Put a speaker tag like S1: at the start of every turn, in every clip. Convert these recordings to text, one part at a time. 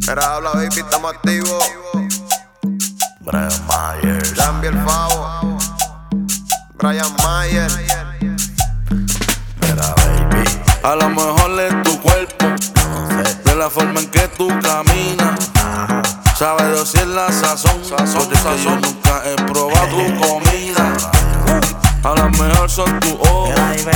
S1: Era habla, baby, estamos activos.
S2: Brian Myers.
S1: Cambia el Favo. Brian Myers.
S2: Mira, baby.
S3: A lo mejor es tu cuerpo,
S2: No sé.
S3: de la forma en que tú caminas. Sabe Dios si es la sazón, porque yo nunca he probado tu comida. A lo mejor son tus ojos,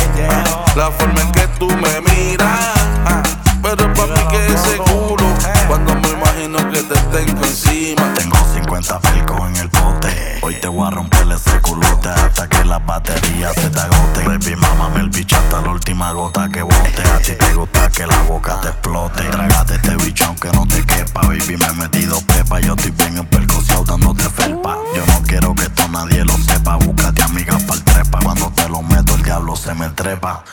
S3: la forma en que tú me miras. Pero pa' mí que ese culo, cuando me imagino que te tengo encima.
S2: Tengo 50 pelcos en el pote. Hoy te voy a romper ese culote hasta que las baterías se te agoten. Baby, mámame el bicho hasta la última gota que bote. A ti te gusta que la boca te explote. Trágate este bicho aunque no te quepa. Baby, me he metido pepa. Yo estoy bien empercociado dándote felpa. Yo no quiero que esto nadie lo sepa. Búscate amigas pa'l trepa. Cuando te lo meto el diablo se me trepa.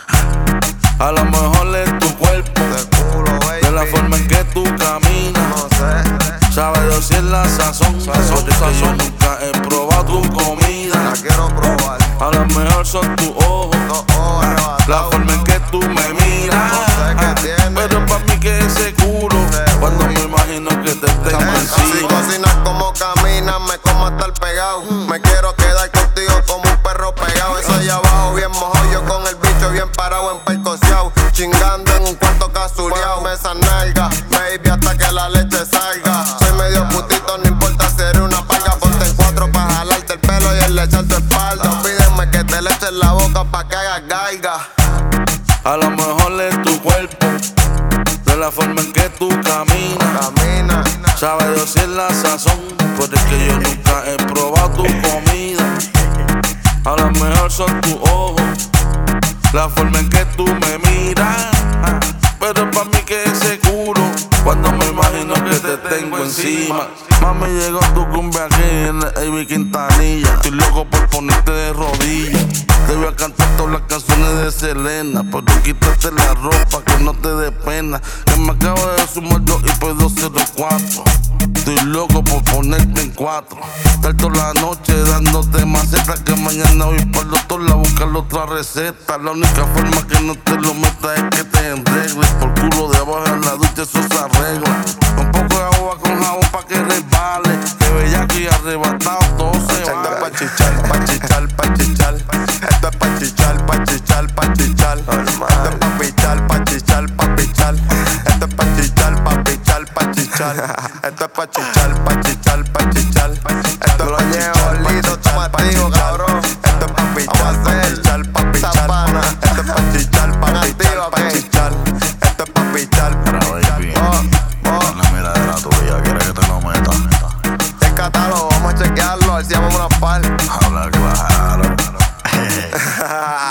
S3: A lo mejor es tu cuerpo, de la forma en que tú caminas.
S1: No sé,
S3: Sabe Dios si es la sazón, porque yo nunca he probado tu comida.
S1: la quiero probar.
S3: A lo mejor son tus ojos,
S1: No, oh,
S3: la
S1: arrebatado.
S3: forma en que tú me miras.
S1: No sé qué tiene.
S3: Pero pa' mí que ese culo, cuando me imagino que te tengo
S1: Si
S3: encima.
S1: cocinas como caminas, me como hasta el pegado. Me quiero quedar contigo como un perro pegado. Eso allá abajo bien mojado, yo con el bicho bien parado en percociao. Chingando en un cuarto casuleado. Me esa nalga, baby, hasta que la leche salga. Soy medio putito, no importa si eres una palga. Ponte en cuatro pa' jalarte el pelo y el echar tu espalda. Pídeme que te le eches la boca pa' que hagas gaiga.
S3: A lo mejor es tu cuerpo, de la forma en que tú caminas.
S1: Camina,
S3: Sabe Dios si es la sazón, porque es que yo nunca he probado tu comida. A lo mejor son tus ojos, la forma en que tú me miras. Pero pa' mí que ese culo, cuando me imagino que te tengo encima. Mami, llegó tu cumbia aquí en la AB Quintanilla. Estoy loco por ponerte de rodillas. Te voy a cantar todas las canciones de Selena, pero quítate la ropa que no te dé pena. Que me acabo de sumar 2 y pues 204. Estoy loco por ponerte en 4. Estar toda la noche dándote macetas, que mañana voy para el doctor a buscar otra receta. La única forma que no te lo metas es que te enregles. Por culo de abajo en la ducha eso se arregla. Un poco de agua con jabón pa' que resbale. Que bellaco y arrebatado todo se
S1: esto es
S3: vale.
S1: pa' chichar, pa' chichar, pa' chichar. Esto es pa' chichar, pa' chichar, pa' chichar. Esto es pa' pichar, pa' chichar, pa' pichar. Esto es pa' chichar, pa' pichar, pa' chichar. Esto es pa' chichar, pa' chichar, pa' chichar. Esto es pa' chichar, pa' chichar, pa' chichar. Esto es pa' pichar, pa' chichar, pa' pichar. Esto es pa' chichar, pa' pichar, pa' chichar. Esto es pa' pichar, pa'
S2: Mira, baby.
S1: pichar.
S2: La miradera tuya, quiere que te lo meta.
S1: El catálogo, vamos a chequearlo, a ver si llamamos una par.
S2: Habla claro.